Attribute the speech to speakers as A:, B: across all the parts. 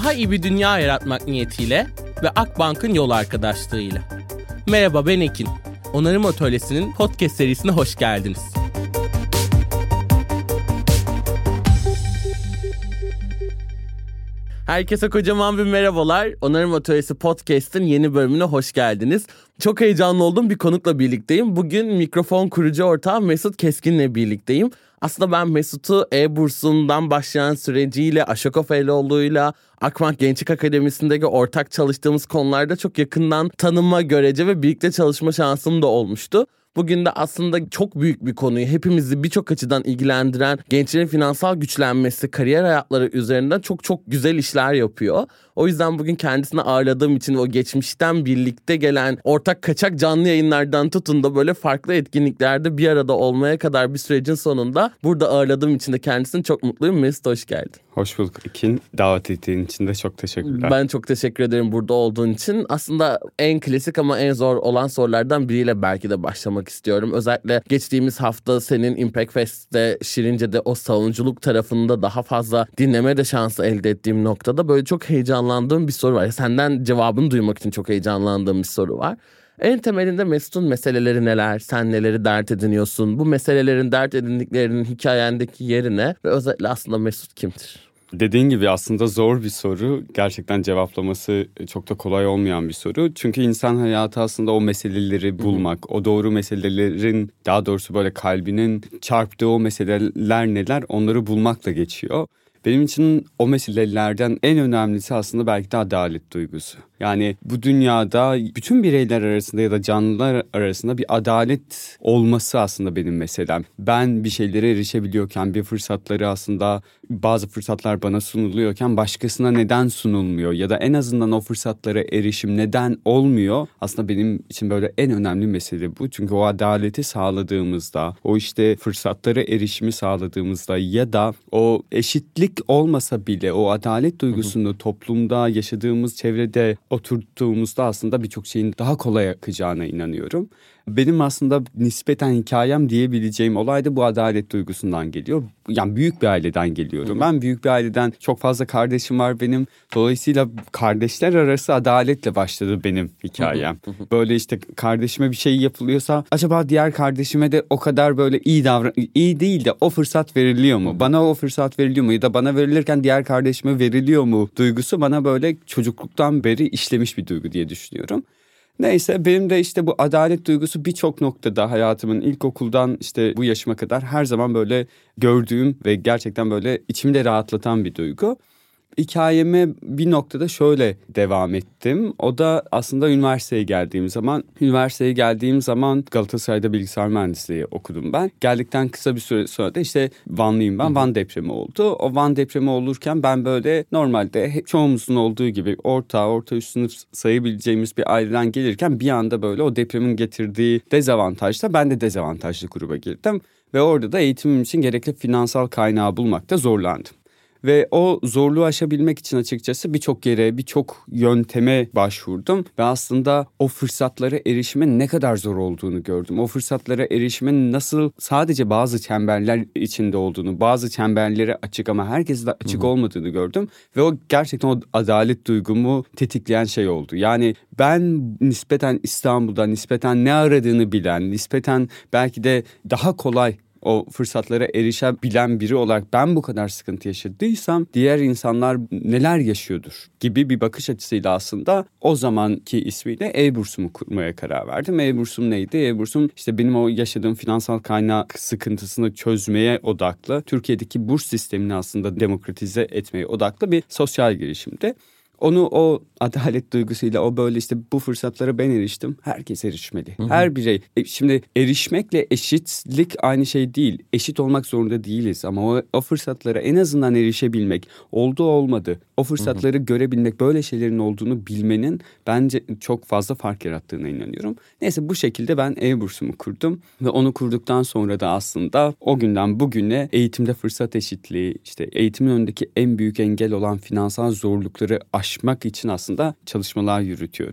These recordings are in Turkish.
A: Daha iyi bir dünya yaratmak niyetiyle ve Akbank'ın yol arkadaşlığıyla. Merhaba, ben Ekin. Onarım Atölyesi'nin podcast serisine hoş geldiniz. Herkese kocaman bir merhabalar. Onarım Atölyesi Podcast'ın yeni bölümüne hoş geldiniz. Çok heyecanlı olduğum bir konukla birlikteyim. Bugün mikrofon kurucu ortağım Mesut Keskin'le birlikteyim. Aslında ben Mesut'u E-Burs'undan başlayan süreciyle, Aşokov Eloğlu'yla, Akbank Gençlik Akademisi'ndeki ortak çalıştığımız konularda çok yakından tanıma görece ve birlikte çalışma şansım da olmuştu. Bugün de aslında çok büyük bir konuyu, hepimizi birçok açıdan ilgilendiren gençlerin finansal güçlenmesi, kariyer hayatları üzerinden çok güzel işler yapıyor. O yüzden bugün kendisini ağırladığım için o geçmişten birlikte gelen ortak kaçak canlı yayınlardan tutun da böyle farklı etkinliklerde bir arada olmaya kadar bir sürecin sonunda burada ağırladığım için de kendisini çok mutluyum. Mesut, hoş geldin.
B: Hoş bulduk Ekin. Davet ettiğin için de çok teşekkürler.
A: Ben çok teşekkür ederim burada olduğun için. Aslında en klasik ama en zor olan sorulardan biriyle belki de başlamak istiyorum. Özellikle geçtiğimiz hafta senin Impact Fest'te, Şirince'de o savunuculuk tarafında daha fazla dinleme de şansı elde ettiğim noktada böyle çok heyecanlandığım bir soru var. Senden cevabını duymak için çok heyecanlandığım bir soru var. En temelinde Mesut'un meseleleri neler? Sen neleri dert ediniyorsun? Bu meselelerin, dert edindiklerinin hikayendeki yerine ve özellikle aslında Mesut kimdir?
B: Dediğin gibi aslında zor bir soru. Gerçekten cevaplaması çok da kolay olmayan bir soru. Çünkü insan hayatı aslında o meseleleri bulmak, o doğru meselelerin, daha doğrusu böyle kalbinin çarptığı o meseleler neler, onları bulmakla geçiyor. Benim için o meselelerden en önemlisi aslında belki de adalet duygusu. Yani bu dünyada bütün bireyler arasında ya da canlılar arasında bir adalet olması aslında benim meselem. Ben bir şeylere erişebiliyorken, bir fırsatları aslında bazı fırsatlar bana sunuluyorken başkasına neden sunulmuyor? Ya da en azından o fırsatlara erişim neden olmuyor? Aslında benim için böyle en önemli mesele bu. Çünkü o adaleti sağladığımızda, o işte fırsatlara erişimi sağladığımızda ya da o eşitlik olmasa bile o adalet duygusunu toplumda, yaşadığımız çevrede oturttuğumuzda aslında birçok şeyin daha kolay akacağına inanıyorum. Benim aslında nispeten hikayem diyebileceğim olay da bu adalet duygusundan geliyor. Yani büyük bir aileden geliyorum. Ben büyük bir aileden, çok fazla kardeşim var benim. Dolayısıyla kardeşler arası adaletle başladı benim hikayem. Böyle işte kardeşime bir şey yapılıyorsa acaba diğer kardeşime de o kadar böyle iyi değil de o fırsat veriliyor mu? Bana o fırsat veriliyor mu? Ya da bana verilirken diğer kardeşime veriliyor mu? Duygusu bana böyle çocukluktan beri işlemiş bir duygu diye düşünüyorum. Neyse, benim de işte bu adalet duygusu birçok noktada hayatımın ilkokuldan işte bu yaşıma kadar her zaman böyle gördüğüm ve gerçekten böyle içimi de rahatlatan bir duygu. Hikayeme bir noktada şöyle devam ettim. O da aslında üniversiteye geldiğim zaman Galatasaray'da bilgisayar mühendisliği okudum ben. Geldikten kısa bir süre sonra da işte Vanlıyım ben. Van depremi oldu. O Van depremi olurken ben böyle normalde çoğumuzun olduğu gibi orta üst sınıf sayabileceğimiz bir aileden gelirken bir anda böyle o depremin getirdiği dezavantajla ben de dezavantajlı gruba girdim. Ve orada da eğitimim için gerekli finansal kaynağı bulmakta zorlandım. Ve o zorluğu aşabilmek için açıkçası birçok yere, birçok yönteme başvurdum. Ve aslında o fırsatlara erişimin ne kadar zor olduğunu gördüm. O fırsatlara erişimin nasıl sadece bazı çemberler içinde olduğunu, bazı çemberlere açık ama herkese de açık olmadığını gördüm. Ve o gerçekten o adalet duygumu tetikleyen şey oldu. Yani ben nispeten İstanbul'da, nispeten ne aradığını bilen, nispeten belki de daha kolay o fırsatlara erişebilen biri olarak ben bu kadar sıkıntı yaşadıysam diğer insanlar neler yaşıyordur gibi bir bakış açısıyla aslında o zamanki ismiyle E-Burs'umu kurmaya karar verdim. E-Burs'um neydi? E-Burs'um işte benim o yaşadığım finansal kaynak sıkıntısını çözmeye odaklı, Türkiye'deki burs sistemini aslında demokratize etmeye odaklı bir sosyal girişimdi. Onu o adalet duygusuyla, o böyle işte bu fırsatlara ben eriştim. Herkes erişmeli. Her birey. Şimdi erişmekle eşitlik aynı şey değil. Eşit olmak zorunda değiliz ama o fırsatlara en azından erişebilmek, oldu olmadı, o fırsatları görebilmek, böyle şeylerin olduğunu bilmenin bence çok fazla fark yarattığına inanıyorum. Neyse, bu şekilde ben E-Burs'umu kurdum ve onu kurduktan sonra da aslında o günden bugüne eğitimde fırsat eşitliği, işte eğitimin önündeki en büyük engel olan finansal zorlukları aşmak için aslında çalışmalar yürütüyorum.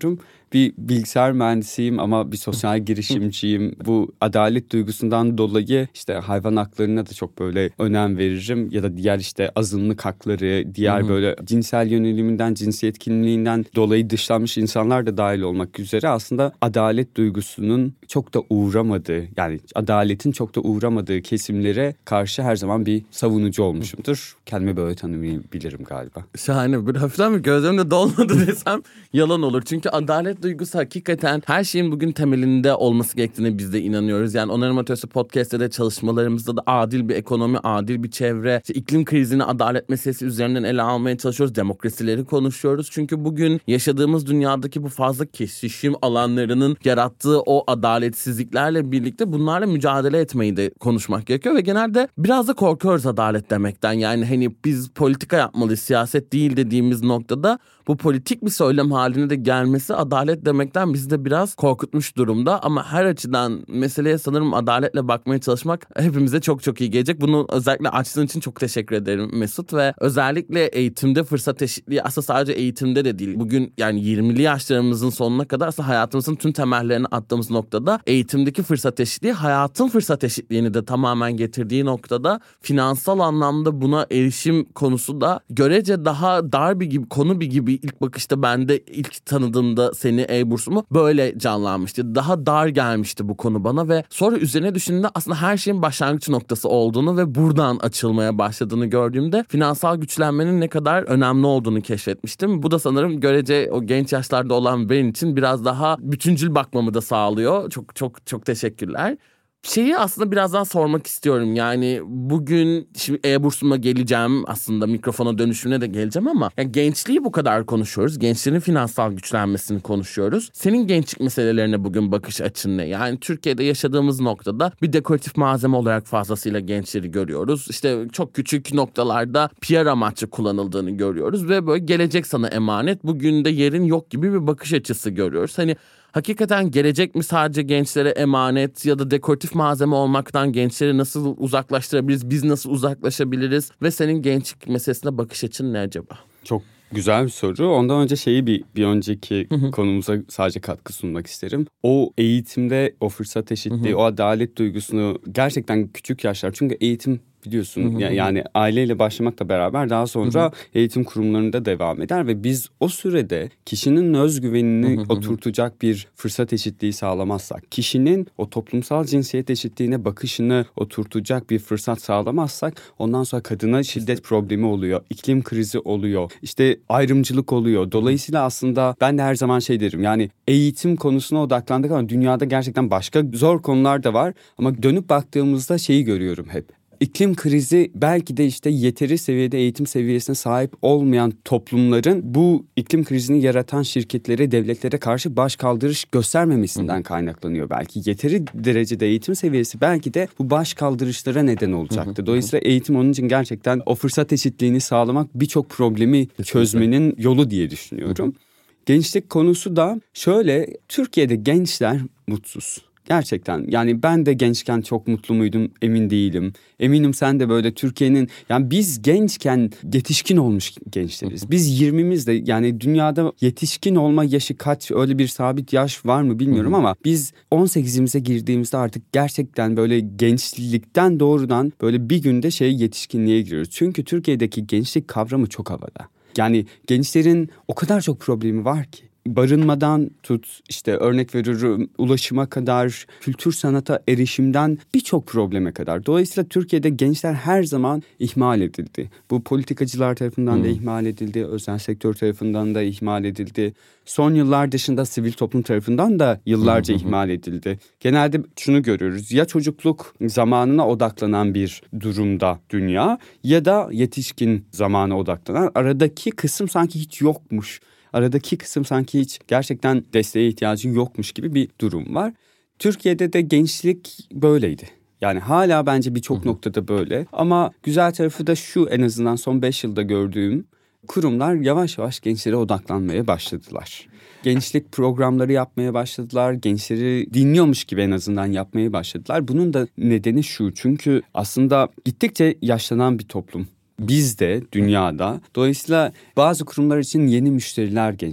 B: bir bilgisayar mühendisiyim ama bir sosyal girişimciyim. Bu adalet duygusundan dolayı işte hayvan haklarına da çok böyle önem veririm. Ya da diğer işte azınlık hakları, diğer böyle cinsel yöneliminden, cinsiyet kimliğinden dolayı dışlanmış insanlar da dahil olmak üzere aslında adalet duygusunun çok da uğramadığı, yani adaletin çok da uğramadığı kesimlere karşı her zaman bir savunucu olmuşumdur. Kendimi böyle tanımlayabilirim galiba.
A: Şahane. Bir hafiften mi gözlerimde dolmadı desem yalan olur. Çünkü adalet duygusu hakikaten her şeyin bugün temelinde olması gerektiğine biz de inanıyoruz. Yani Onarım Atölyesi Podcast'te de çalışmalarımızda da adil bir ekonomi, adil bir çevre, işte iklim krizini adalet meselesi üzerinden ele almaya çalışıyoruz. Demokrasileri konuşuyoruz. Çünkü bugün yaşadığımız dünyadaki bu fazla kesişim alanlarının yarattığı o adaletsizliklerle birlikte bunlarla mücadele etmeyi de konuşmak gerekiyor. Ve genelde biraz da korkuyoruz adalet demekten. Yani hani biz politika yapmalıyız, siyaset değil dediğimiz noktada bu politik bir söylem haline de gelmesi adalet demekten bizi de biraz korkutmuş durumda. Ama her açıdan meseleye sanırım adaletle bakmaya çalışmak hepimize çok çok iyi gelecek. Bunu özellikle açtığın için çok teşekkür ederim Mesut. Ve özellikle eğitimde fırsat eşitliği aslında sadece eğitimde de değil. Bugün yani 20'li yaşlarımızın sonuna kadar aslında hayatımızın tüm temellerini attığımız noktada eğitimdeki fırsat eşitliği hayatın fırsat eşitliğini de tamamen getirdiği noktada finansal anlamda buna erişim konusu da görece daha dar bir konu gibi ilk bakışta ben de ilk tanıdığımda seni e-bursumu böyle canlanmıştı. Daha dar gelmişti bu konu bana ve sonra üzerine düşündüğümde aslında her şeyin başlangıç noktası olduğunu ve buradan açılmaya başladığını gördüğümde finansal güçlenmenin ne kadar önemli olduğunu keşfetmiştim. Bu da sanırım görece o genç yaşlarda olan benim için biraz daha bütüncül bakmamı da sağlıyor. Çok çok çok teşekkürler. Şeyi aslında birazdan sormak istiyorum. Yani bugün şimdi e-bursuma geleceğim, aslında mikrofona dönüşümüne de geleceğim ama yani gençliği bu kadar konuşuyoruz. Gençlerin finansal güçlenmesini konuşuyoruz. Senin gençlik meselelerine bugün bakış açın ne? Yani Türkiye'de yaşadığımız noktada bir dekoratif malzeme olarak fazlasıyla gençleri görüyoruz. İşte çok küçük noktalarda PR amaçlı kullanıldığını görüyoruz ve böyle gelecek sana emanet, bugün de yerin yok gibi bir bakış açısı görüyoruz. Hani hakikaten gelecek mi sadece gençlere emanet ya da dekoratif malzeme olmaktan gençleri nasıl uzaklaştırabiliriz? Biz nasıl uzaklaşabiliriz? Ve senin gençlik meselesine bakış açın ne acaba?
B: Çok güzel bir soru. Ondan önce şeyi bir önceki konumuza sadece katkı sunmak isterim. O eğitimde o fırsat eşitliği, o adalet duygusunu gerçekten küçük yaşlar. Çünkü eğitim biliyorsun yani aileyle başlamakla beraber daha sonra eğitim kurumlarında devam eder ve biz o sürede kişinin özgüvenini oturtacak bir fırsat eşitliği sağlamazsak, kişinin o toplumsal cinsiyet eşitliğine bakışını oturtacak bir fırsat sağlamazsak ondan sonra kadına şiddet problemi oluyor, iklim krizi oluyor, işte ayrımcılık oluyor. Dolayısıyla aslında ben de her zaman şey derim, yani eğitim konusuna odaklandık ama dünyada gerçekten başka zor konular da var ama dönüp baktığımızda şeyi görüyorum hep. İklim krizi belki de işte yeteri seviyede eğitim seviyesine sahip olmayan toplumların bu iklim krizini yaratan şirketlere, devletlere karşı başkaldırış göstermemesinden kaynaklanıyor belki. Yeteri derecede eğitim seviyesi belki de bu başkaldırışlara neden olacaktı. Dolayısıyla eğitim onun için gerçekten o fırsat eşitliğini sağlamak birçok problemi çözmenin yolu diye düşünüyorum. Gençlik konusu da şöyle, Türkiye'de gençler mutsuz. Gerçekten yani ben de gençken çok mutlu muydum emin değilim. Eminim sen de böyle Türkiye'nin, yani biz gençken yetişkin olmuş gençleriz. Biz 20'mizde, yani dünyada yetişkin olma yaşı kaç, öyle bir sabit yaş var mı bilmiyorum ama biz 18'imize girdiğimizde artık gerçekten böyle gençlikten doğrudan böyle bir günde yetişkinliğe giriyoruz. Çünkü Türkiye'deki gençlik kavramı çok havada. Yani gençlerin o kadar çok problemi var ki. Barınmadan tut, işte örnek veriyorum, ulaşıma kadar, kültür sanata erişimden birçok probleme kadar. Dolayısıyla Türkiye'de gençler her zaman ihmal edildi. Bu politikacılar tarafından da ihmal edildi, özel sektör tarafından da ihmal edildi. Son yıllar dışında sivil toplum tarafından da yıllarca ihmal edildi. Genelde şunu görüyoruz, ya çocukluk zamanına odaklanan bir durumda dünya ya da yetişkin zamana odaklanan, aradaki kısım sanki hiç yokmuş. Aradaki kısım sanki hiç gerçekten desteğe ihtiyacı yokmuş gibi bir durum var. Türkiye'de de gençlik böyleydi. Yani hala bence birçok noktada böyle. Ama güzel tarafı da şu, en azından son 5 yılda gördüğüm, kurumlar yavaş yavaş gençlere odaklanmaya başladılar. Gençlik programları yapmaya başladılar. Gençleri dinliyormuş gibi en azından yapmaya başladılar. Bunun da nedeni şu, çünkü aslında gittikçe yaşlanan bir toplum. Biz de dünyada. Dolayısıyla bazı kurumlar için yeni müşteriler gençler.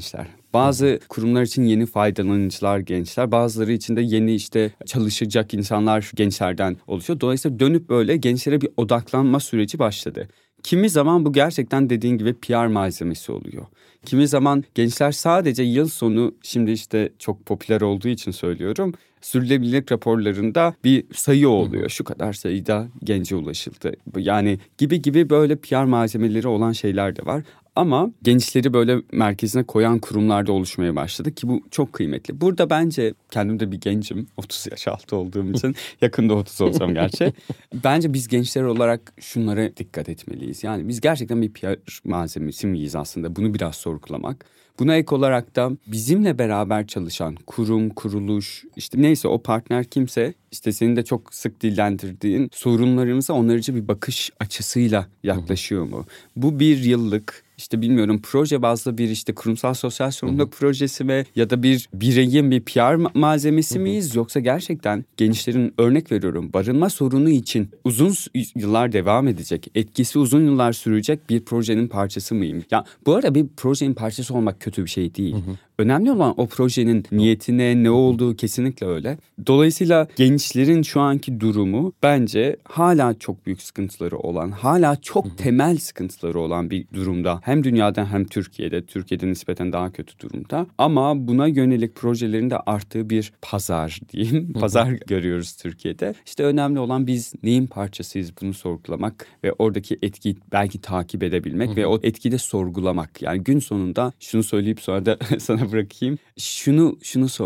B: Bazı kurumlar için yeni faydalanıcılar gençler, bazıları için de yeni işte çalışacak insanlar gençlerden oluşuyor. Dolayısıyla dönüp böyle gençlere bir odaklanma süreci başladı. Kimi zaman bu gerçekten dediğin gibi PR malzemesi oluyor. Kimi zaman gençler sadece yıl sonu, şimdi işte çok popüler olduğu için söylüyorum, sürdürülebilirlik raporlarında bir sayı oluyor. Şu kadar sayıda gence ulaşıldı. Yani gibi böyle PR malzemeleri olan şeyler de var. Ama gençleri böyle merkezine koyan kurumlarda oluşmaya başladı ki bu çok kıymetli. Burada bence kendim de bir gencim, 30 yaş altı olduğum için yakında 30 olacağım gerçi. Bence biz gençler olarak şunlara dikkat etmeliyiz. Yani biz gerçekten bir PR malzemesi miyiz aslında? Bunu biraz sorgulamak. Buna ek olarak da bizimle beraber çalışan kurum, kuruluş, işte neyse o partner kimse, işte senin de çok sık dillendirdiğin sorunlarımıza onarıcı bir bakış açısıyla yaklaşıyor mu? Bu bir yıllık, İşte bilmiyorum, proje bazlı bir işte kurumsal sosyal sorumluluk projesi mi ya da bir bireyin bir PR malzemesi miyiz, yoksa gerçekten gençlerin, örnek veriyorum, barınma sorunu için uzun yıllar devam edecek, etkisi uzun yıllar sürecek bir projenin parçası mıyım? Ya bu arada bir projenin parçası olmak kötü bir şey değil. Önemli olan o projenin niyetine ne olduğu, kesinlikle öyle. Dolayısıyla gençlerin şu anki durumu bence hala çok büyük sıkıntıları olan, hala çok temel sıkıntıları olan bir durumda. Hem dünyada hem Türkiye'de nispeten daha kötü durumda. Ama buna yönelik projelerin de arttığı bir pazar diyeyim. Pazar görüyoruz Türkiye'de. İşte önemli olan biz neyin parçasıyız, bunu sorgulamak ve oradaki etkiyi belki takip edebilmek ve o etkiyi de sorgulamak. Yani gün sonunda şunu söyleyip sonra da sana bırakayım. Şunu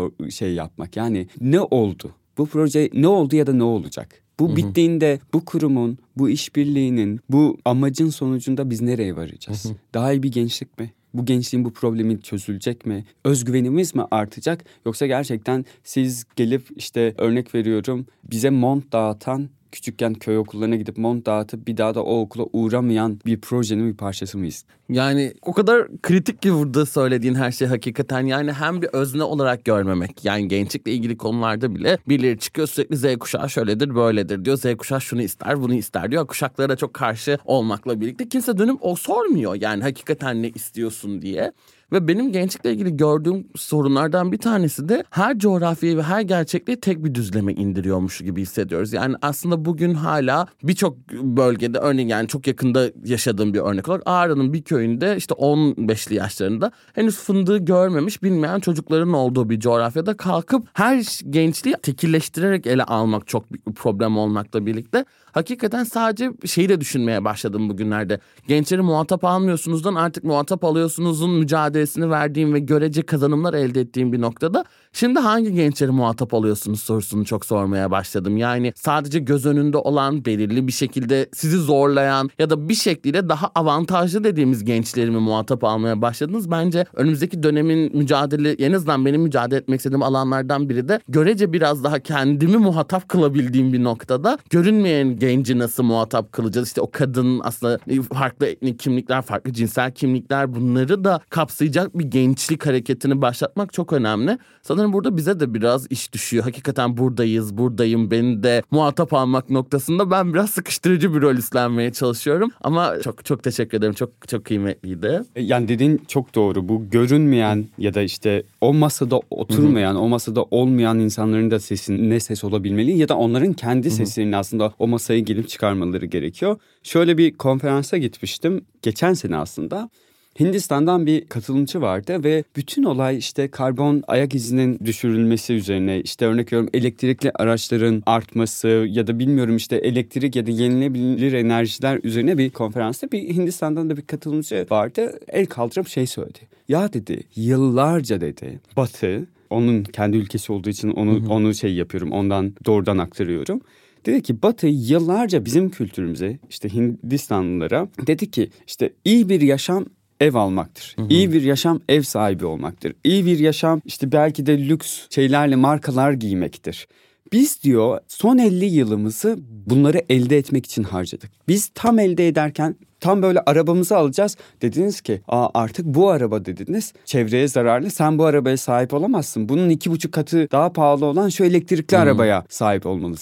B: yapmak, yani ne oldu? Bu proje ne oldu ya da ne olacak? Bu bittiğinde bu kurumun, bu işbirliğinin, bu amacın sonucunda biz nereye varacağız? Daha iyi bir gençlik mi? Bu gençliğin bu problemi çözülecek mi? Özgüvenimiz mi artacak? Yoksa gerçekten siz gelip işte, örnek veriyorum, bize mont dağıtan, küçükken köy okullarına gidip mont dağıtıp bir daha da o okula uğramayan bir projenin bir parçası mıyız?
A: Yani o kadar kritik ki burada söylediğin her şey hakikaten, yani hem bir özne olarak görmemek, yani gençlikle ilgili konularda bile birileri çıkıyor sürekli Z kuşağı şöyledir böyledir diyor, Z kuşağı şunu ister bunu ister diyor, kuşaklara çok karşı olmakla birlikte kimse dönüp o sormuyor yani hakikaten ne istiyorsun diye. Ve benim gençlikle ilgili gördüğüm sorunlardan bir tanesi de her coğrafyayı ve her gerçekliği tek bir düzleme indiriyormuş gibi hissediyoruz. Yani aslında bugün hala birçok bölgede, örneğin yani çok yakında yaşadığım bir örnek olarak Ağrı'nın bir köyünde işte 15'li yaşlarında henüz fındığı görmemiş, bilmeyen çocukların olduğu bir coğrafyada kalkıp her gençliği tekilleştirerek ele almak çok büyük bir problem olmakla birlikte hakikaten sadece şeyi de düşünmeye başladım bugünlerde. Gençleri muhatap almıyorsunuzdan artık muhatap alıyorsunuzun mücadelesini verdiğim ve görece kazanımlar elde ettiğim bir noktada şimdi hangi gençleri muhatap alıyorsunuz sorusunu çok sormaya başladım. Yani sadece göz önünde olan, belirli bir şekilde sizi zorlayan ya da bir şekilde daha avantajlı dediğimiz gençleri mi muhatap almaya başladınız? Bence önümüzdeki dönemin mücadele, en azından benim mücadele etmek istediğim alanlardan biri de görece biraz daha kendimi muhatap kılabildiğim bir noktada görünmeyen genci nasıl muhatap kılacağız? İşte o kadın, aslında farklı etnik kimlikler, farklı cinsel kimlikler, bunları da kapsayacak bir gençlik hareketini başlatmak çok önemli. Sanırım burada bize de biraz iş düşüyor. Hakikaten buradayım, beni de muhatap almak noktasında ben biraz sıkıştırıcı bir rol üstlenmeye çalışıyorum. Ama çok teşekkür ederim. Çok kıymetliydi.
B: Yani dediğin çok doğru. Bu görünmeyen ya da işte o masada oturmayan, o masada olmayan insanların da sesine ses olabilmeli ya da onların kendi seslerini aslında o masaya gelip çıkarmaları gerekiyor. Şöyle bir konferansa gitmiştim geçen sene aslında. Hindistan'dan bir katılımcı vardı ve bütün olay işte karbon ayak izinin düşürülmesi üzerine, işte örnek veriyorum elektrikli araçların artması ya da bilmiyorum işte elektrik ya da yenilenebilir enerjiler üzerine bir konferansta bir Hindistan'dan da bir katılımcı vardı. El kaldırıp şey söyledi. Ya dedi, yıllarca dedi Batı, onun kendi ülkesi olduğu için onu şey yapıyorum, ondan doğrudan aktarıyorum. Dedi ki Batı yıllarca bizim kültürümüze, işte Hindistanlılara dedi ki işte iyi bir yaşam ev almaktır. İyi bir yaşam ev sahibi olmaktır. İyi bir yaşam işte belki de lüks şeylerle markalar giymektir. Biz diyor son 50 yılımızı bunları elde etmek için harcadık. Biz tam elde ederken tam böyle arabamızı alacağız. Dediniz ki artık bu araba dediniz çevreye zararlı, sen bu arabaya sahip olamazsın. Bunun 2,5 katı daha pahalı olan şu elektrikli arabaya sahip olmalısın.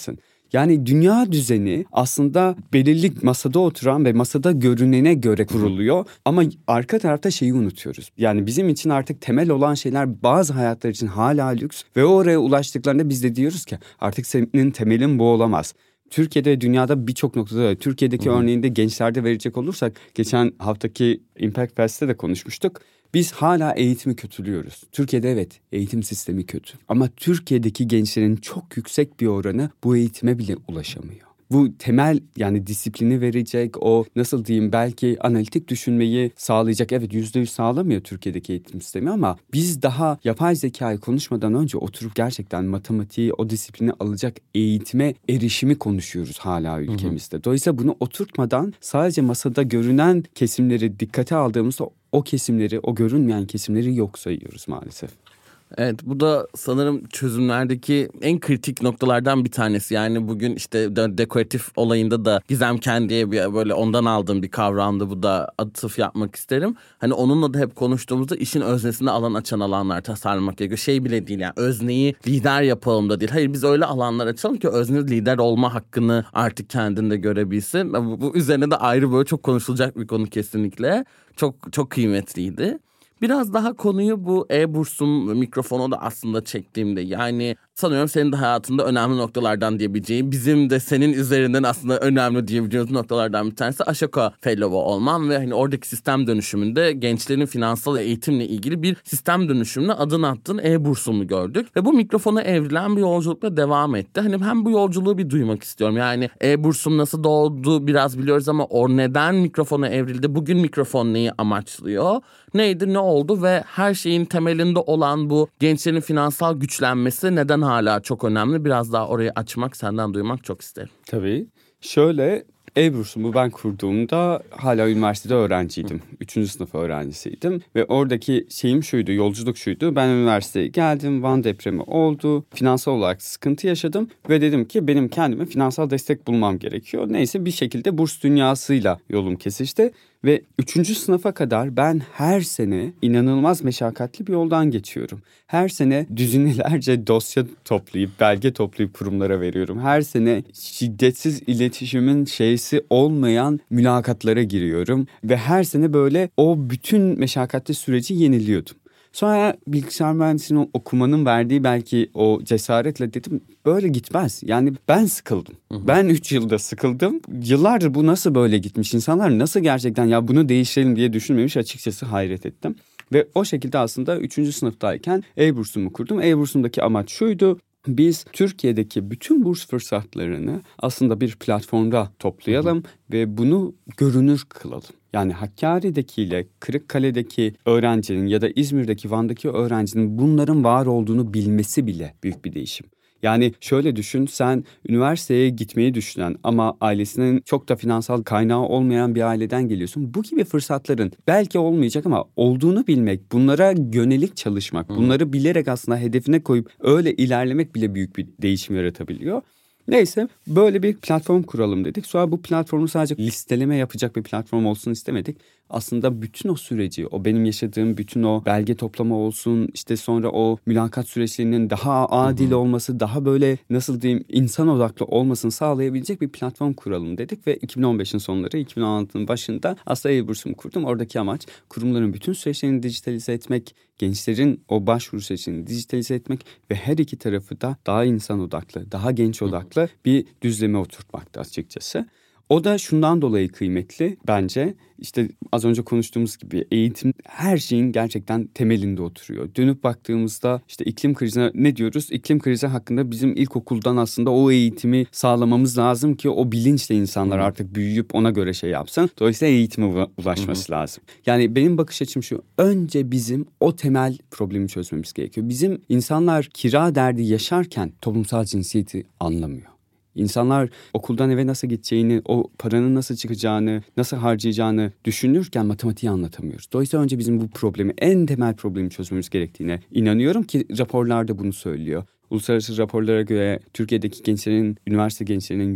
B: Yani dünya düzeni aslında belirli masada oturan ve masada görünene göre kuruluyor. Ama arka tarafta şeyi unutuyoruz. Yani bizim için artık temel olan şeyler bazı hayatlar için hala lüks. Ve oraya ulaştıklarında biz de diyoruz ki artık senin temelin bu olamaz. Türkiye'de, dünyada birçok noktada öyle. Türkiye'deki örneğinde gençlerde verecek olursak, geçen haftaki Impact Fest'te de konuşmuştuk. Biz hala eğitimi kötülüyoruz. Türkiye'de evet, eğitim sistemi kötü. Ama Türkiye'deki gençlerin çok yüksek bir oranı bu eğitime bile ulaşamıyor. Bu temel, yani disiplini verecek, o nasıl diyeyim, belki analitik düşünmeyi sağlayacak. Evet, %100 sağlamıyor Türkiye'deki eğitim sistemi ama biz daha yapay zekayı konuşmadan önce oturup gerçekten matematiği, o disiplini alacak eğitime erişimi konuşuyoruz hala ülkemizde. Dolayısıyla bunu oturtmadan sadece masada görünen kesimleri dikkate aldığımızda o kesimleri, o görünmeyen kesimleri yok sayıyoruz maalesef.
A: Evet, bu da sanırım çözümlerdeki en kritik noktalardan bir tanesi. Yani bugün işte dekoratif olayında da Gizem Kendi'ye böyle ondan aldığım bir kavramdı. Bu da atıf yapmak isterim. Hani onunla da hep konuştuğumuzda işin öznesine alan açan alanlar tasarlamak gerekiyor. Şey bile değil, yani özneyi lider yapalım da değil. Hayır, biz öyle alanlar açalım ki özne lider olma hakkını artık kendinde görebilsin. Bu üzerine de ayrı böyle çok konuşulacak bir konu kesinlikle. Çok çok kıymetliydi. Biraz daha konuyu bu e-bursum mikrofonu da aslında çektiğimde, yani sanıyorum senin de hayatında önemli noktalardan diyebileceğim, bizim de senin üzerinden aslında önemli diyebileceğimiz noktalardan bir tanesi Ashoka Fellow olman ve hani oradaki sistem dönüşümünde gençlerin finansal eğitimle ilgili bir sistem dönüşümüne adını attığın e-bursumu gördük ve bu mikrofona evrilen bir yolculukla devam etti. Hani hem bu yolculuğu bir duymak istiyorum. Yani e-bursum nasıl doğdu biraz biliyoruz ama o neden mikrofona evrildi? Bugün mikrofon neyi amaçlıyor? Neydi, ne oldu ve her şeyin temelinde olan bu gençlerin finansal güçlenmesi neden hala çok önemli? Biraz daha orayı açmak, senden duymak çok isterim.
B: Tabii. Şöyle, e-bursumu ben kurduğumda hala üniversitede öğrenciydim. 3. sınıf öğrencisiydim. Ve oradaki şeyim şuydu, yolculuk şuydu. Ben üniversiteye geldim, Van depremi oldu. Finansal olarak sıkıntı yaşadım. Ve dedim ki benim kendime finansal destek bulmam gerekiyor. Neyse, bir şekilde burs dünyasıyla yolum kesişti. Ve 3. sınıfa kadar ben her sene inanılmaz meşakkatli bir yoldan geçiyorum. Her sene düzinelerce dosya toplayıp, belge toplayıp kurumlara veriyorum. Her sene şiddetsiz iletişimin şeysi olmayan mülakatlara giriyorum. Ve her sene böyle o bütün meşakkatli süreci yeniliyordum. Sonra bilgisayar mühendisliğini okumanın verdiği belki o cesaretle dedim böyle gitmez. Yani ben sıkıldım. Ben 3 yılda sıkıldım. Yıllardır bu nasıl böyle gitmiş? İnsanlar nasıl gerçekten ya bunu değiştirelim diye düşünmemiş, açıkçası hayret ettim. Ve o şekilde aslında 3. sınıftayken e-bursumu kurdum. E-bursumdaki amaç şuydu. Biz Türkiye'deki bütün burs fırsatlarını aslında bir platformda toplayalım ve bunu görünür kılalım. Yani Hakkari'dekiyle Kırıkkale'deki öğrencinin ya da İzmir'deki, Van'daki öğrencinin bunların var olduğunu bilmesi bile büyük bir değişim. Yani şöyle düşün, sen üniversiteye gitmeyi düşünen ama ailesinin çok da finansal kaynağı olmayan bir aileden geliyorsun. Bu gibi fırsatların belki olmayacak ama olduğunu bilmek, bunlara yönelik çalışmak, bunları bilerek aslında hedefine koyup öyle ilerlemek bile büyük bir değişim yaratabiliyor. Neyse, böyle bir platform kuralım dedik. Sonra bu platformu sadece listeleme yapacak bir platform olsun istemedik. Aslında bütün o süreci, o benim yaşadığım bütün o belge toplama olsun, işte sonra o mülakat süreçlerinin daha adil olması, daha böyle nasıl diyeyim insan odaklı olmasını sağlayabilecek bir platform kuralım dedik. Ve 2015'in sonları, 2016'nın başında aslında e-bursumu kurdum. Oradaki amaç kurumların bütün süreçlerini dijitalize etmek, gençlerin o başvuru sürecini dijitalize etmek ve her iki tarafı da daha insan odaklı, daha genç odaklı bir düzleme oturtmaktı açıkçası. O da şundan dolayı kıymetli bence. İşte az önce konuştuğumuz gibi eğitim her şeyin gerçekten temelinde oturuyor. Dönüp baktığımızda işte iklim krizine ne diyoruz? İklim krizi hakkında bizim ilkokuldan aslında o eğitimi sağlamamız lazım ki o bilinçle insanlar artık büyüyüp ona göre şey yapsın. Dolayısıyla eğitime ulaşması lazım. Yani benim bakış açım şu: önce bizim o temel problemi çözmemiz gerekiyor. Bizim insanlar kira derdi yaşarken toplumsal cinsiyeti anlamıyor. İnsanlar okuldan eve nasıl gideceğini, o paranın nasıl çıkacağını, nasıl harcayacağını düşünürken matematiği anlatamıyoruz. Dolayısıyla önce bizim bu problemi, en temel problemi çözmemiz gerektiğine inanıyorum ki raporlar da bunu söylüyor. Uluslararası raporlara göre Türkiye'deki gençlerin, üniversite gençlerinin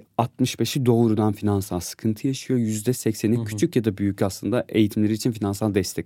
B: %65'i doğrudan finansal sıkıntı yaşıyor. %80'i küçük ya da büyük aslında eğitimleri için finansal destek arıyor.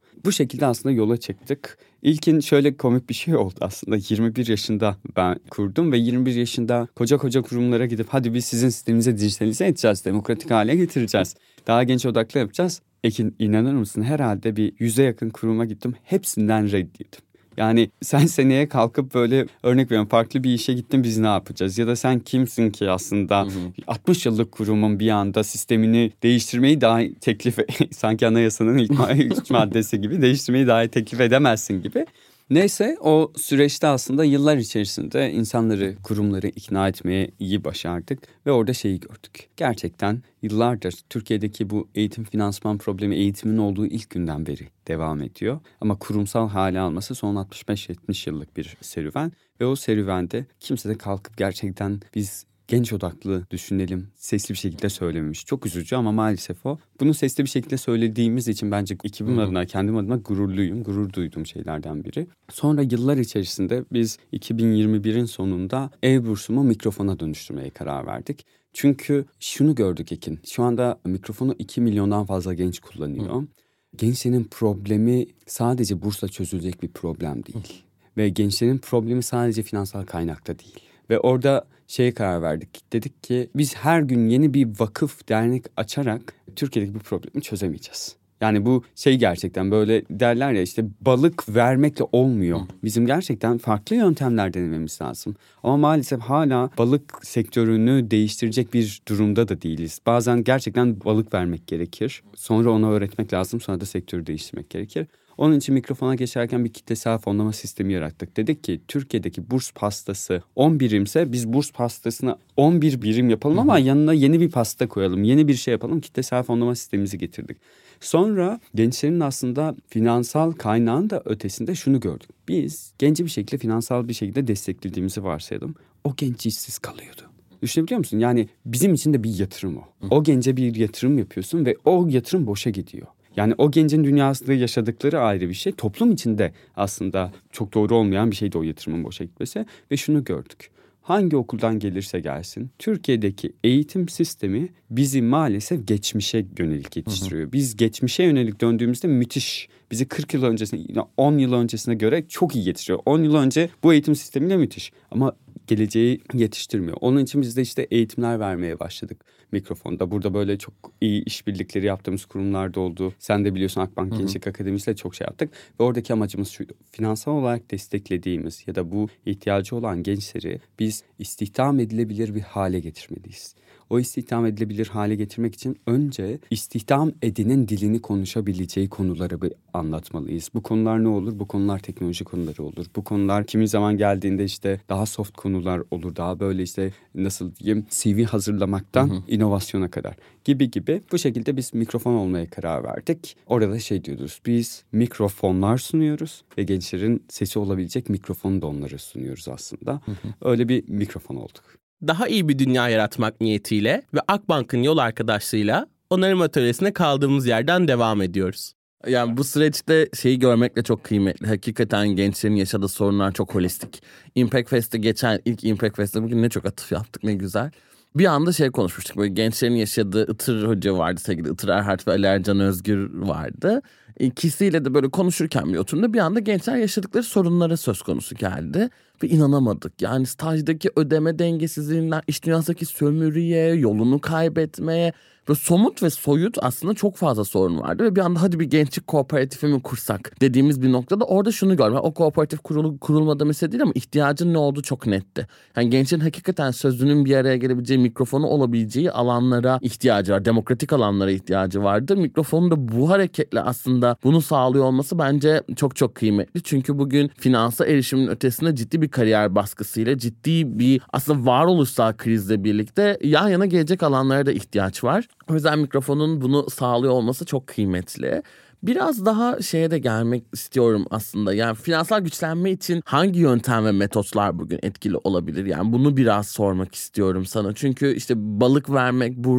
B: Bu şekilde aslında yola çıktık. İlkin şöyle komik bir şey oldu aslında. 21 yaşında ben kurdum ve 21 yaşında koca kurumlara gidip hadi biz sizin sisteminize dijitalize edeceğiz, demokratik hale getireceğiz. Daha genç odaklı yapacağız. Ekin, inanır mısın, herhalde bir 100'e yakın kuruma gittim. Hepsinden reddiydim. Yani sen seneye kalkıp böyle, örnek veriyorum, farklı bir işe gittin, biz ne yapacağız? Ya da sen kimsin ki aslında 60 yıllık kurumun bir anda sistemini değiştirmeyi dahi sanki anayasanın ilk 3 maddesi gibi değiştirmeyi dahi teklif edemezsin gibi. Neyse, o süreçte aslında yıllar içerisinde insanları, kurumları ikna etmeye iyi başardık ve orada şeyi gördük. Gerçekten yıllardır Türkiye'deki bu eğitim finansman problemi eğitimin olduğu ilk günden beri devam ediyor. Ama kurumsal hale alması son 65-70 yıllık bir serüven ve o serüvende kimse de kalkıp gerçekten biz genç odaklı düşünelim sesli bir şekilde söylememiş. Çok üzücü ama maalesef o. Bunu sesli bir şekilde söylediğimiz için bence ekibim adına, kendim adına gurur duyduğum şeylerden biri. Sonra yıllar içerisinde biz 2021'in sonunda e-bursumu mikrofona dönüştürmeye karar verdik. Çünkü şunu gördük Ekin. Şu anda mikrofonu 2 milyondan fazla genç kullanıyor. Gençlerin problemi sadece bursla çözülecek bir problem değil. Ve gençlerin problemi sadece finansal kaynakta değil. Ve orada şeye karar verdik. Dedik ki biz her gün yeni bir vakıf, dernek açarak Türkiye'deki bu problemi çözemeyeceğiz. Yani bu gerçekten böyle derler ya, işte balık vermekle olmuyor. Bizim gerçekten farklı yöntemler denememiz lazım. Ama maalesef hala balık sektörünü değiştirecek bir durumda da değiliz. Bazen gerçekten balık vermek gerekir. Sonra ona öğretmek lazım. Sonra da sektörü değiştirmek gerekir. Onun için mikrofona geçerken bir kitlesel fonlama sistemi yarattık. Dedik ki Türkiye'deki burs pastası 10 birimse biz burs pastasını 11 birim yapalım ama yanına yeni bir pasta koyalım. Yeni bir şey yapalım. Kitlesel fonlama sistemimizi getirdik. Sonra gençlerin aslında finansal kaynağın da ötesinde şunu gördük. Biz genci bir şekilde, finansal bir şekilde desteklediğimizi varsayalım. O genç işsiz kalıyordu. Düşünebiliyor musun? Yani bizim için de bir yatırım o. O gence bir yatırım yapıyorsun ve o yatırım boşa gidiyor. Yani o gencin dünyasında yaşadıkları ayrı bir şey. Toplum içinde aslında çok doğru olmayan bir şeydi o yatırımın boşa gitmesi. Ve şunu gördük. Hangi okuldan gelirse gelsin, Türkiye'deki eğitim sistemi bizi maalesef geçmişe yönelik yetiştiriyor. Biz geçmişe yönelik döndüğümüzde müthiş. Bizi 40 yıl öncesine, 10 yıl öncesine göre çok iyi yetiştiriyor. 10 yıl önce bu eğitim sistemiyle müthiş. Ama geleceği yetiştirmiyor. Onun için biz de işte eğitimler vermeye başladık mikrofonda. Burada böyle çok iyi işbirlikleri yaptığımız kurumlar da oldu. Sen de biliyorsun, Akbank Gençlik Akademisi'yle çok şey yaptık. Ve oradaki amacımız şuydu. Finansal olarak desteklediğimiz ya da bu ihtiyacı olan gençleri biz istihdam edilebilir bir hale getirmeliyiz. O istihdam edilebilir hale getirmek için önce istihdam edenin dilini konuşabileceği konuları bir anlatmalıyız. Bu konular ne olur? Bu konular teknoloji konuları olur. Bu konular kimi zaman geldiğinde işte daha soft konular olur. Daha böyle işte nasıl diyeyim, CV hazırlamaktan inovasyona kadar gibi. Bu şekilde biz mikrofon olmaya karar verdik. Orada diyoruz. Biz mikrofonlar sunuyoruz ve gençlerin sesi olabilecek mikrofonu da onlara sunuyoruz aslında. Öyle bir mikrofon olduk.
A: Daha iyi bir dünya yaratmak niyetiyle ve Akbank'ın yol arkadaşlığıyla onarım atölyesine kaldığımız yerden devam ediyoruz. Yani bu süreçte şeyi görmek de çok kıymetli. Hakikaten gençlerin yaşadığı sorunlar çok holistik. Impact Fest'te ilk Impact Fest'te bugün ne çok atıf yaptık, ne güzel. Bir anda konuşmuştuk, böyle gençlerin yaşadığı, Itır Hoca vardı, sevgili Itır Erhard ve Ali Ercan Özgür vardı. İkisiyle de böyle konuşurken bir oturumda bir anda gençler yaşadıkları sorunlara söz konusu geldi. Ve inanamadık. Yani stajdaki ödeme dengesizliğinden, iş dünyasındaki sömürüye, yolunu kaybetmeye, böyle somut ve soyut aslında çok fazla sorun vardı. Ve bir anda hadi bir gençlik kooperatifi mi kursak dediğimiz bir noktada orada şunu gördüm. O kooperatif kurulmadı mesele değil ama ihtiyacın ne olduğu çok netti. Yani gençlerin hakikaten sözünün bir araya gelebileceği, mikrofonu olabileceği alanlara ihtiyacı var. Demokratik alanlara ihtiyacı vardı. Mikrofonun da bu hareketle aslında bunu sağlıyor olması bence çok çok kıymetli. Çünkü bugün finansa erişimin ötesinde ciddi bir kariyer baskısıyla, ciddi bir aslında varoluşsal krizle birlikte yan yana gelecek alanlara da ihtiyaç var. O yüzden mikrofonun bunu sağlıyor olması çok kıymetli. Biraz daha şeye de gelmek istiyorum aslında. Yani finansal güçlenme için hangi yöntem ve metotlar bugün etkili olabilir? Yani bunu biraz sormak istiyorum sana. Çünkü işte balık vermek, burs,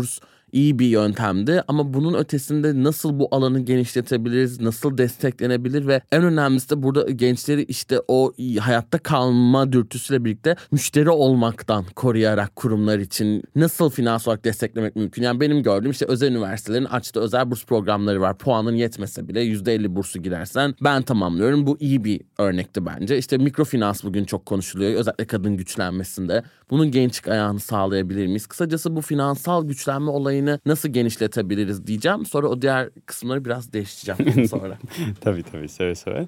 A: iyi bir yöntemdi. Ama bunun ötesinde nasıl bu alanı genişletebiliriz, nasıl desteklenebilir ve en önemlisi de burada gençleri işte o hayatta kalma dürtüsüyle birlikte müşteri olmaktan koruyarak kurumlar için nasıl finansal olarak desteklemek mümkün? Yani benim gördüğüm işte özel üniversitelerin açtığı özel burs programları var. Puanın yetmese bile %50 bursu girersen ben tamamlıyorum. Bu iyi bir örnekti bence. İşte mikrofinans bugün çok konuşuluyor. Özellikle kadın güçlenmesinde. Bunun gençlik ayağını sağlayabilir miyiz? Kısacası bu finansal güçlenme olayını nasıl genişletebiliriz diyeceğim. Sonra o diğer kısımları biraz değiştireceğim sonra.
B: Tabii seve seve.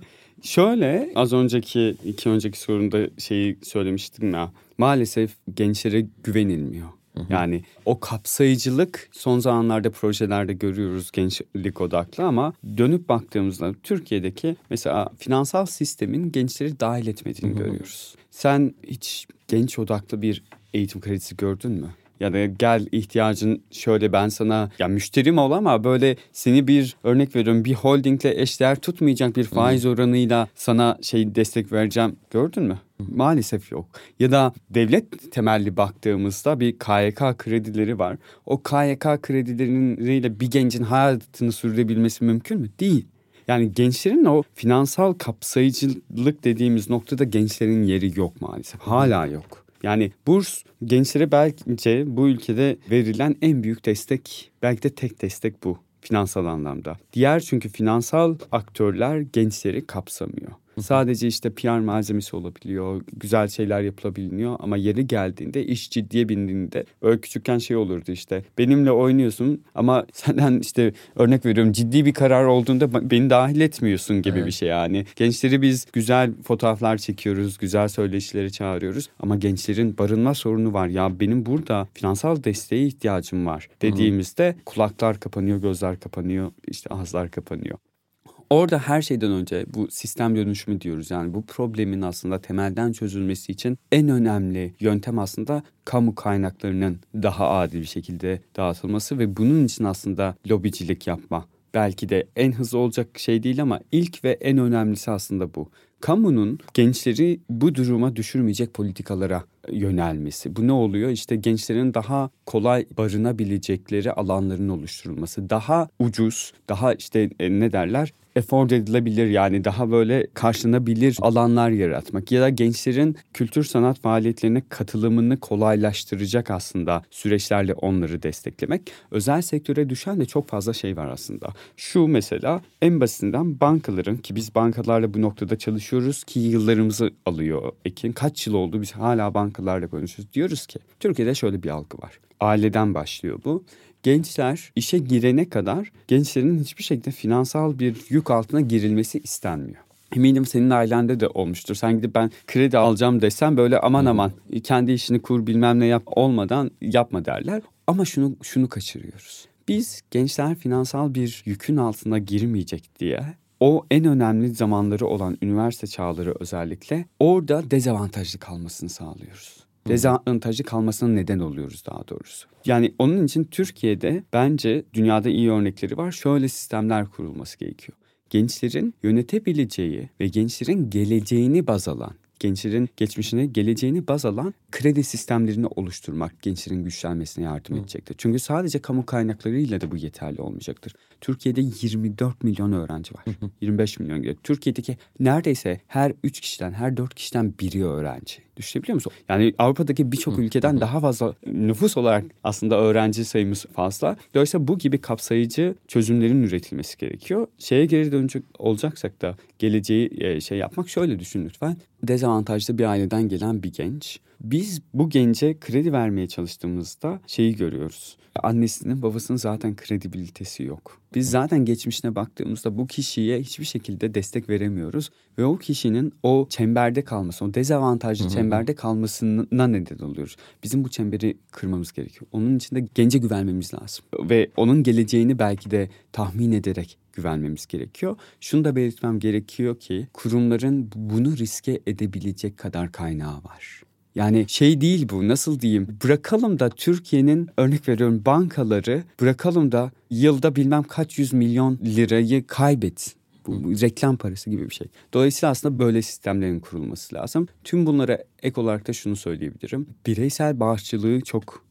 B: Şöyle az önceki iki önceki sorunda şeyi söylemiştim ya. Maalesef gençlere güvenilmiyor. Yani o kapsayıcılık son zamanlarda projelerde görüyoruz gençlik odaklı ama dönüp baktığımızda Türkiye'deki mesela finansal sistemin gençleri dahil etmediğini görüyoruz. Sen hiç genç odaklı bir eğitim kredisi gördün mü? Ya da gel ihtiyacın şöyle ben sana ya müşterim ol ama böyle seni bir örnek veriyorum bir holdingle eşdeğer tutmayacak bir faiz oranıyla sana destek vereceğim gördün mü? Maalesef yok. Ya da devlet temelli baktığımızda bir KYK kredileri var. O KYK kredileriyle bir gencin hayatını sürdürebilmesi mümkün mü? Değil. Yani gençlerin o finansal kapsayıcılık dediğimiz noktada gençlerin yeri yok maalesef. Hala yok. Yani burs gençlere bence bu ülkede verilen en büyük destek, belki de tek destek bu finansal anlamda. Diğer çünkü finansal aktörler gençleri kapsamıyor. Sadece işte PR malzemesi olabiliyor, güzel şeyler yapılabiliyor ama yeri geldiğinde iş ciddiye bindiğinde öyle küçükken olurdu işte. Benimle oynuyorsun ama senden işte örnek veriyorum ciddi bir karar olduğunda beni dahil etmiyorsun gibi bir şey yani. Gençleri biz güzel fotoğraflar çekiyoruz, güzel söyleşileri çağırıyoruz ama gençlerin barınma sorunu var. Ya benim burada finansal desteğe ihtiyacım var dediğimizde kulaklar kapanıyor, gözler kapanıyor, işte ağızlar kapanıyor. Orada her şeyden önce bu sistem dönüşümü diyoruz. Yani bu problemin aslında temelden çözülmesi için en önemli yöntem aslında kamu kaynaklarının daha adil bir şekilde dağıtılması ve bunun için aslında lobicilik yapma. Belki de en hızlı olacak şey değil ama ilk ve en önemlisi aslında bu. Kamunun gençleri bu duruma düşürmeyecek politikalara yönelmesi. Bu ne oluyor? İşte gençlerin daha kolay barınabilecekleri alanların oluşturulması. Daha ucuz, daha afford edilebilir yani daha böyle karşılanabilir alanlar yaratmak. Ya da gençlerin kültür sanat faaliyetlerine katılımını kolaylaştıracak aslında süreçlerle onları desteklemek. Özel sektöre düşen de çok fazla şey var aslında. Şu mesela en basitinden bankaların ki biz bankalarla bu noktada çalışıyoruz ki yıllarımızı alıyor Ekin. Kaç yıl oldu biz hala bankalarla konuşuyoruz. Diyoruz ki Türkiye'de şöyle bir algı var. Aileden başlıyor bu. Gençler işe girene kadar gençlerin hiçbir şekilde finansal bir yük altına girilmesi istenmiyor. Eminim senin ailende de olmuştur. Sen gidip ben kredi alacağım desen böyle aman kendi işini kur bilmem ne yap olmadan yapma derler. Ama şunu kaçırıyoruz. Biz gençler finansal bir yükün altına girmeyecek diye o en önemli zamanları olan üniversite çağları özellikle orada dezavantajlı kalmasını sağlıyoruz. Dezavantajlı kalmasına neden oluyoruz daha doğrusu. Yani onun için Türkiye'de bence dünyada iyi örnekleri var. Şöyle sistemler kurulması gerekiyor. Gençlerin yönetebileceği ve gençlerin geleceğini baz alan, gençlerin geçmişine geleceğini baz alan kredi sistemlerini oluşturmak gençlerin güçlenmesine yardım edecektir. Çünkü sadece kamu kaynaklarıyla da bu yeterli olmayacaktır. Türkiye'de 24 milyon öğrenci var. 25 milyon gibi. Türkiye'deki neredeyse her 3 kişiden, her 4 kişiden biri öğrenci. Düşünebiliyor musun? Yani Avrupa'daki birçok ülkeden daha fazla nüfus olarak aslında öğrenci sayımız fazla. Dolayısıyla bu gibi kapsayıcı çözümlerin üretilmesi gerekiyor. Şeye geri dönecek olacaksak da geleceği yapmak şöyle düşün lütfen. Dezavantajlı bir aileden gelen bir genç. Biz bu gence kredi vermeye çalıştığımızda görüyoruz. Annesinin babasının zaten kredibilitesi yok. Biz zaten geçmişine baktığımızda bu kişiye hiçbir şekilde destek veremiyoruz. Ve o kişinin o çemberde kalması, o dezavantajlı çemberde kalmasına neden oluyoruz. Bizim bu çemberi kırmamız gerekiyor. Onun için de gence güvenmemiz lazım. Ve onun geleceğini belki de tahmin ederek güvenmemiz gerekiyor. Şunu da belirtmem gerekiyor ki kurumların bunu riske edebilecek kadar kaynağı var. Yani değil bu, nasıl diyeyim, bırakalım da Türkiye'nin örnek veriyorum bankaları bırakalım da yılda bilmem kaç 100 milyon lirayı kaybetsin. Bu reklam parası gibi bir şey. Dolayısıyla aslında böyle sistemlerin kurulması lazım. Tüm bunlara ek olarak da şunu söyleyebilirim. Bireysel bağışçılığı çok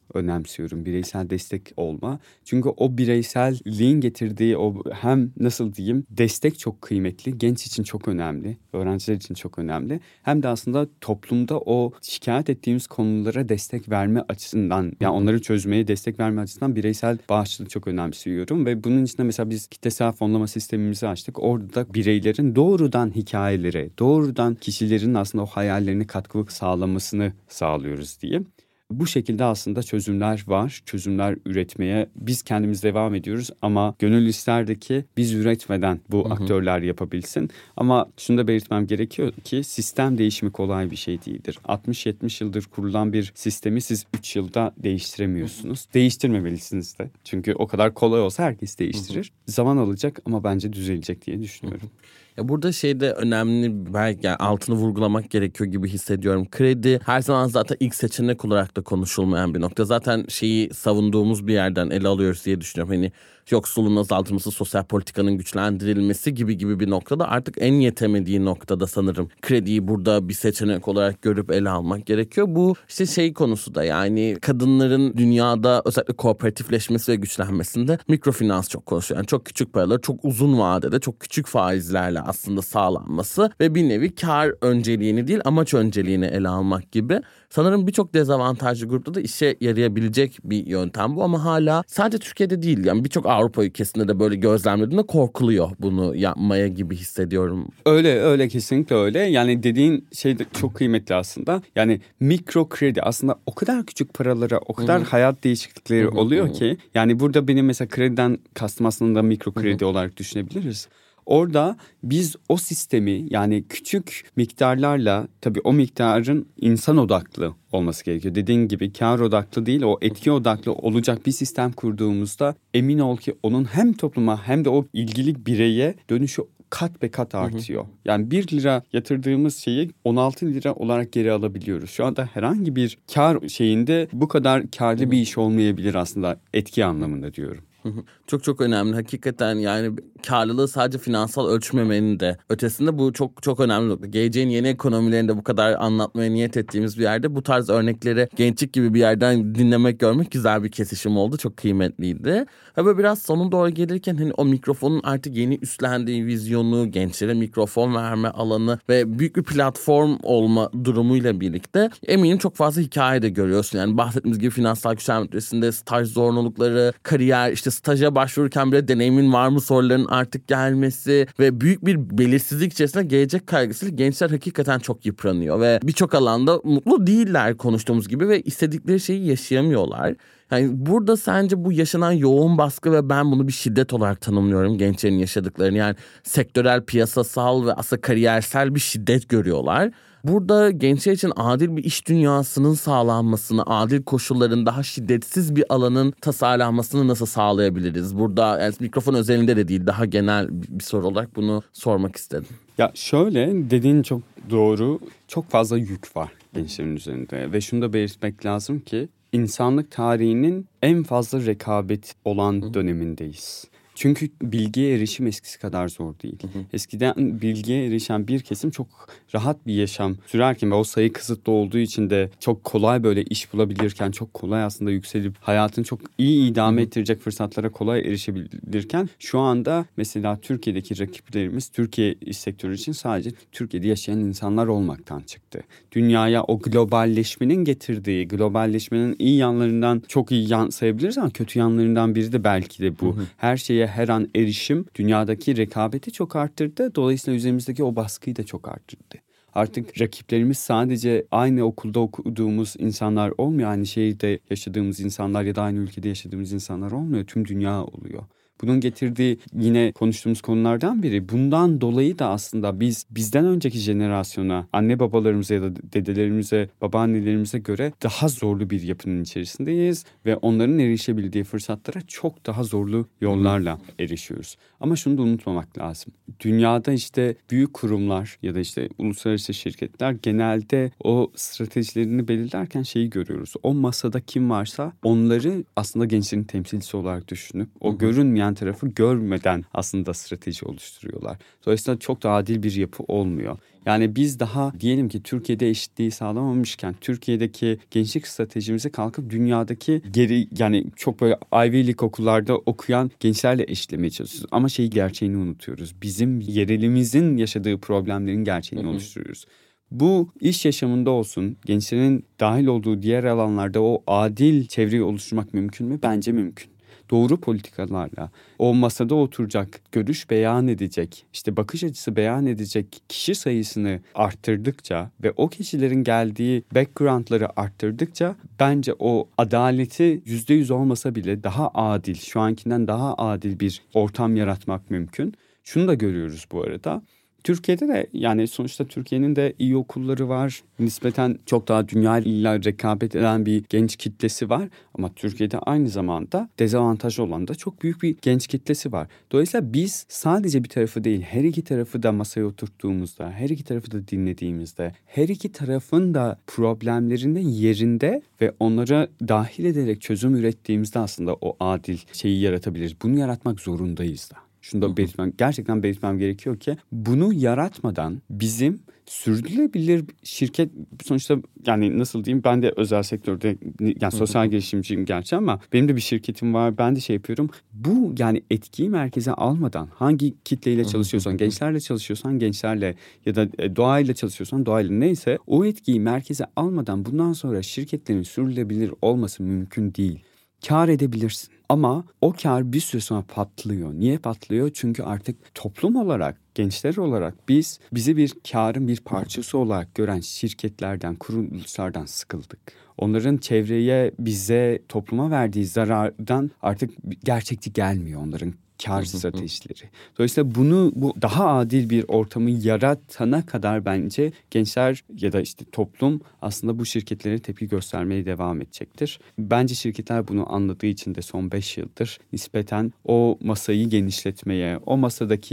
B: önemsiyorum. Bireysel destek olma. Çünkü o bireyselliğin getirdiği o hem nasıl diyeyim destek çok kıymetli. Genç için çok önemli. Öğrenciler için çok önemli. Hem de aslında toplumda o şikayet ettiğimiz konulara destek verme açısından yani onları çözmeye destek verme açısından bireysel bağışçılığı çok önemsiyorum. Ve bunun içinde mesela biz kitlesel fonlama sistemimizi açtık. Orada bireylerin doğrudan hikayelere, doğrudan kişilerin aslında o hayallerine katkı sağlamasını sağlıyoruz diye. Bu şekilde aslında çözümler var. Çözümler üretmeye biz kendimiz devam ediyoruz ama gönül isterdi ki biz üretmeden bu aktörler yapabilsin. Ama şunu da belirtmem gerekiyor ki sistem değişimi kolay bir şey değildir. 60-70 yıldır kurulan bir sistemi siz 3 yılda değiştiremiyorsunuz. Değiştirmemelisiniz de. Çünkü o kadar kolay olsa herkes değiştirir. Zaman alacak ama bence düzelecek diye düşünüyorum.
A: Ya burada şeyde önemli belki yani altını vurgulamak gerekiyor gibi hissediyorum. Kredi her zaman zaten ilk seçenek olarak da konuşulmayan bir nokta. Zaten şeyi savunduğumuz bir yerden ele alıyoruz diye düşünüyorum. Hani yoksulluğun azaltılması, sosyal politikanın güçlendirilmesi gibi bir noktada artık en yetemediği noktada sanırım krediyi burada bir seçenek olarak görüp ele almak gerekiyor. Bu işte şey konusu da yani kadınların dünyada özellikle kooperatifleşmesi ve güçlenmesinde mikrofinans çok konuşuyor. Yani çok küçük paralar çok uzun vadede çok küçük faizlerle aslında sağlanması ve bir nevi kar önceliğini değil amaç önceliğini ele almak gibi. Sanırım birçok dezavantajlı grupta da işe yarayabilecek bir yöntem bu ama hala sadece Türkiye'de değil yani birçok Avrupa ülkesinde de böyle gözlemlediğimde korkuluyor bunu yapmaya gibi hissediyorum.
B: Öyle kesinlikle öyle. Yani dediğin şey de çok kıymetli aslında. Yani mikro kredi aslında o kadar küçük paralara o kadar hayat değişiklikleri oluyor ki. Yani burada benim mesela krediden kastım aslında mikro kredi olarak düşünebiliriz. Orada biz o sistemi yani küçük miktarlarla tabii o miktarın insan odaklı olması gerekiyor. Dediğin gibi kar odaklı değil o etki odaklı olacak bir sistem kurduğumuzda emin ol ki onun hem topluma hem de o ilgili bireye dönüşü kat be kat artıyor. Yani 1 lira yatırdığımız şeyi 16 lira olarak geri alabiliyoruz. Şu anda herhangi bir kar şeyinde bu kadar karlı bir iş olmayabilir aslında etki anlamında diyorum.
A: Çok önemli hakikaten yani karlılığı sadece finansal ölçmemenin de ötesinde bu çok önemli nokta. Geleceğin yeni ekonomilerinde bu kadar anlatmaya niyet ettiğimiz bir yerde bu tarz örnekleri gençlik gibi bir yerden dinlemek görmek güzel bir kesişim oldu. Çok kıymetliydi. Ve böyle biraz sonuna doğru gelirken hani o mikrofonun artık yeni üstlendiği vizyonu, gençlere mikrofon verme alanı ve büyük bir platform olma durumuyla birlikte eminim çok fazla hikaye de görüyorsun. Yani bahsettiğimiz gibi finansal güçlenme süresinde staj zorunlulukları, kariyer işte staja başvururken bile deneyimin var mı soruların artık gelmesi ve büyük bir belirsizlik içerisinde gelecek kaygısıyla gençler hakikaten çok yıpranıyor ve birçok alanda mutlu değiller konuştuğumuz gibi ve istedikleri şeyi yaşayamıyorlar. Yani burada sence bu yaşanan yoğun baskı ve ben bunu bir şiddet olarak tanımlıyorum gençlerin yaşadıklarını. Yani sektörel, piyasasal ve aslında kariyersel bir şiddet görüyorlar. Burada gençler için adil bir iş dünyasının sağlanmasını, adil koşulların daha şiddetsiz bir alanın tasarlanmasını nasıl sağlayabiliriz? Burada yani mikrofon özelinde de değil, daha genel bir soru olarak bunu sormak istedim.
B: Ya şöyle dediğin çok doğru. Çok fazla yük var gençlerin üzerinde ve şunu da belirtmek lazım ki insanlık tarihinin en fazla rekabet olan dönemindeyiz. Çünkü bilgiye erişim eskisi kadar zor değil. Eskiden bilgiye erişen bir kesim çok rahat bir yaşam sürerken ve o sayı kısıtlı olduğu için de çok kolay böyle iş bulabilirken, çok kolay aslında yükselip hayatını çok iyi idame ettirecek fırsatlara kolay erişebilirken şu anda mesela Türkiye'deki rakiplerimiz Türkiye iş sektörü için sadece Türkiye'de yaşayan insanlar olmaktan çıktı. Dünyaya o globalleşmenin getirdiği, globalleşmenin iyi yanlarından çok iyi sayabiliriz ama kötü yanlarından biri de belki de bu. Her şeye her an erişim dünyadaki rekabeti çok arttırdı. Dolayısıyla üzerimizdeki o baskıyı da çok arttırdı. Artık rakiplerimiz sadece aynı okulda okuduğumuz insanlar olmuyor. Aynı şehirde yaşadığımız insanlar ya da aynı ülkede yaşadığımız insanlar olmuyor. Tüm dünya oluyor. Bunun getirdiği yine konuştuğumuz konulardan biri. Bundan dolayı da aslında bizden önceki jenerasyona, anne babalarımıza ya da dedelerimize, babaannelerimize göre daha zorlu bir yapının içerisindeyiz. Ve onların erişebildiği fırsatlara çok daha zorlu yollarla erişiyoruz. Ama şunu da unutmamak lazım. Dünyada işte büyük kurumlar ya da işte uluslararası şirketler genelde o stratejilerini belirlerken şeyi görüyoruz. O masada kim varsa onları aslında gençlerin temsilcisi olarak düşünüp o görünmeyen gelen tarafı görmeden aslında strateji oluşturuyorlar. Dolayısıyla çok da adil bir yapı olmuyor. Yani biz daha diyelim ki Türkiye'de eşitliği sağlamamışken Türkiye'deki gençlik stratejimizi kalkıp dünyadaki geri yani çok böyle Ivy League okullarda okuyan gençlerle eşitlemeye çalışıyoruz. Ama gerçeğini unutuyoruz. Bizim yerelimizin yaşadığı problemlerin gerçeğini oluşturuyoruz. Bu iş yaşamında olsun, gençlerin dahil olduğu diğer alanlarda o adil çevreyi oluşturmak mümkün mü? Bence mümkün. Doğru politikalarla o masada oturacak, görüş beyan edecek, işte bakış açısı beyan edecek kişi sayısını arttırdıkça ve o kişilerin geldiği backgroundları arttırdıkça bence o adaleti %100 olmasa bile daha adil, şu ankinden daha adil bir ortam yaratmak mümkün. Şunu da görüyoruz bu arada. Türkiye'de de yani sonuçta Türkiye'nin de iyi okulları var. Nispeten çok daha dünyayla rekabet eden bir genç kitlesi var. Ama Türkiye'de aynı zamanda dezavantajlı olan da çok büyük bir genç kitlesi var. Dolayısıyla biz sadece bir tarafı değil, her iki tarafı da masaya oturttuğumuzda, her iki tarafı da dinlediğimizde, her iki tarafın da problemlerinin yerinde ve onlara dahil ederek çözüm ürettiğimizde aslında o adil şeyi yaratabiliriz. Bunu yaratmak zorundayız da. Şunu da gerçekten belirtmem gerekiyor ki bunu yaratmadan bizim sürdürülebilir şirket sonuçta yani nasıl diyeyim ben de özel sektörde yani sosyal girişimciyim gerçi ama benim de bir şirketim var ben de yapıyorum. Bu yani etkiyi merkeze almadan hangi kitleyle çalışıyorsan gençlerle çalışıyorsan gençlerle ya da doğayla çalışıyorsan doğayla neyse o etkiyi merkeze almadan bundan sonra şirketlerin sürdürülebilir olması mümkün değil. Kâr edebilirsin ama o kâr bir süre sonra patlıyor. Niye patlıyor? Çünkü artık toplum olarak, gençler olarak bizi bir kârın bir parçası olarak gören şirketlerden, kuruluşlardan sıkıldık. Onların çevreye, bize, topluma verdiği zarardan artık gerçekçi gelmiyor onların kâr stratejileri. Dolayısıyla bu daha adil bir ortamı yaratana kadar bence gençler ya da işte toplum aslında bu şirketlere tepki göstermeye devam edecektir. Bence şirketler bunu anladığı için de son 5 yıldır nispeten o masayı genişletmeye, o masadaki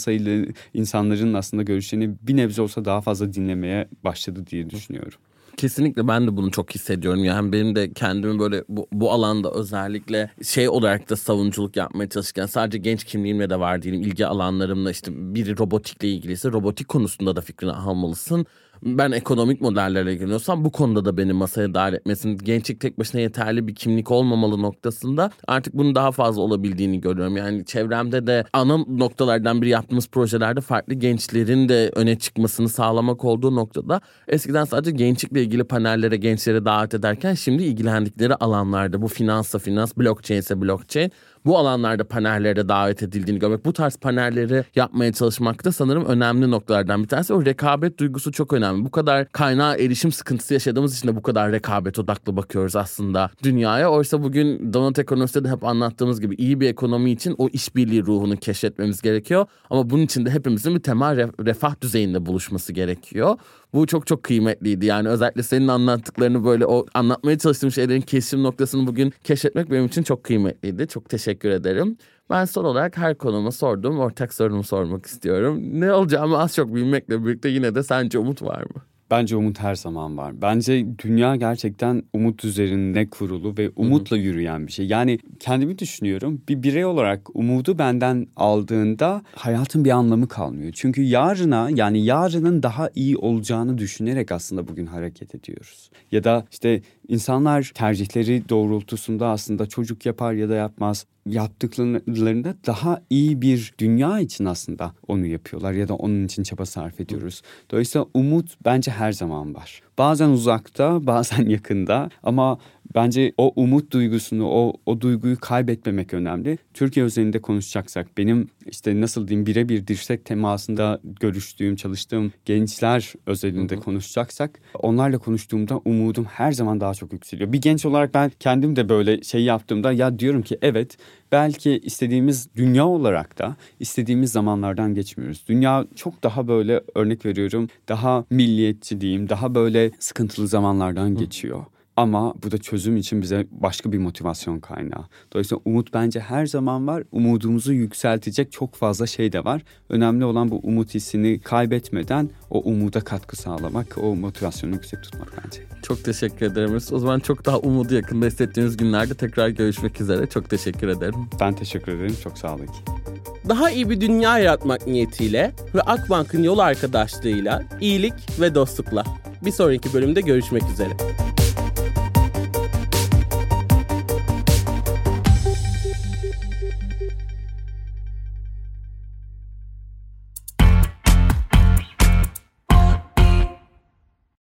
B: insanların aslında görüşlerini bir nebze olsa daha fazla dinlemeye başladı diye düşünüyorum.
A: Kesinlikle ben de bunu çok hissediyorum. Yani benim de kendimi böyle bu alanda özellikle olarak da savunuculuk yapmaya çalışırken sadece genç kimliğimle de var değilim. İlgi alanlarımla işte biri robotikle ilgiliyse robotik konusunda da fikrini almalısın. Ben ekonomik modellerle ilgileniyorsam bu konuda da beni masaya dahil etmesin. Gençlik tek başına yeterli bir kimlik olmamalı noktasında artık bunun daha fazla olabildiğini görüyorum. Yani çevremde de ana noktalardan biri yaptığımız projelerde farklı gençlerin de öne çıkmasını sağlamak olduğu noktada eskiden sadece gençlikle ilgili panellere gençleri davet ederken şimdi ilgilendikleri alanlarda bu finansa finans, blockchain ise blockchain bu alanlarda panellere davet edildiğini görmek, bu tarz panelleri yapmaya çalışmak da sanırım önemli noktalardan bir tanesi. O rekabet duygusu çok önemli. Bu kadar kaynağa erişim sıkıntısı yaşadığımız için de bu kadar rekabet odaklı bakıyoruz aslında dünyaya. Oysa bugün Donut Ekonomist'te de hep anlattığımız gibi iyi bir ekonomi için o işbirliği ruhunu keşfetmemiz gerekiyor. Ama bunun için de hepimizin bir temel refah düzeyinde buluşması gerekiyor. Bu çok çok kıymetliydi. Yani özellikle senin anlattıklarını böyle o anlatmaya çalıştığım şeylerin kesişim noktasını bugün keşfetmek benim için çok kıymetliydi. Çok teşekkür ederim. Ben son olarak her konuma sorduğum ortak sorumu sormak istiyorum. Ne olacağımı az çok bilmekle birlikte yine de sence umut var mı?
B: Bence umut her zaman var. Bence dünya gerçekten umut üzerinde kurulu ve umutla yürüyen bir şey. Yani kendimi düşünüyorum. Bir birey olarak umudu benden aldığında hayatın bir anlamı kalmıyor. Çünkü yarının daha iyi olacağını düşünerek aslında bugün hareket ediyoruz. Ya da işte insanlar tercihleri doğrultusunda aslında çocuk yapar ya da yapmaz. Yaptıklarında daha iyi bir dünya için aslında onu yapıyorlar ya da onun için çaba sarf ediyoruz. Dolayısıyla umut bence her zaman var. Bazen uzakta, bazen yakında ama bence o umut duygusunu, o duyguyu kaybetmemek önemli. Türkiye özelinde konuşacaksak benim işte nasıl diyeyim birebir dirsek temasında görüştüğüm, çalıştığım gençler özelinde konuşacaksak onlarla konuştuğumda umudum her zaman daha çok yükseliyor. Bir genç olarak ben kendim de böyle yaptığımda ya diyorum ki evet belki istediğimiz dünya olarak da istediğimiz zamanlardan geçmiyoruz. Dünya çok daha böyle örnek veriyorum daha milliyetçi diyeyim daha böyle sıkıntılı zamanlardan geçiyor. Ama bu da çözüm için bize başka bir motivasyon kaynağı. Dolayısıyla umut bence her zaman var. Umudumuzu yükseltecek çok fazla şey de var. Önemli olan bu umut hissini kaybetmeden o umuda katkı sağlamak, o motivasyonu yüksek tutmak bence.
A: Çok teşekkür ederim. O zaman çok daha umudu yakında hissettiğiniz günlerde tekrar görüşmek üzere. Çok teşekkür ederim.
B: Ben teşekkür ederim. Çok sağ olun.
A: Daha iyi bir dünya yaratmak niyetiyle ve Akbank'ın yol arkadaşlığıyla iyilik ve dostlukla. Bir sonraki bölümde görüşmek üzere.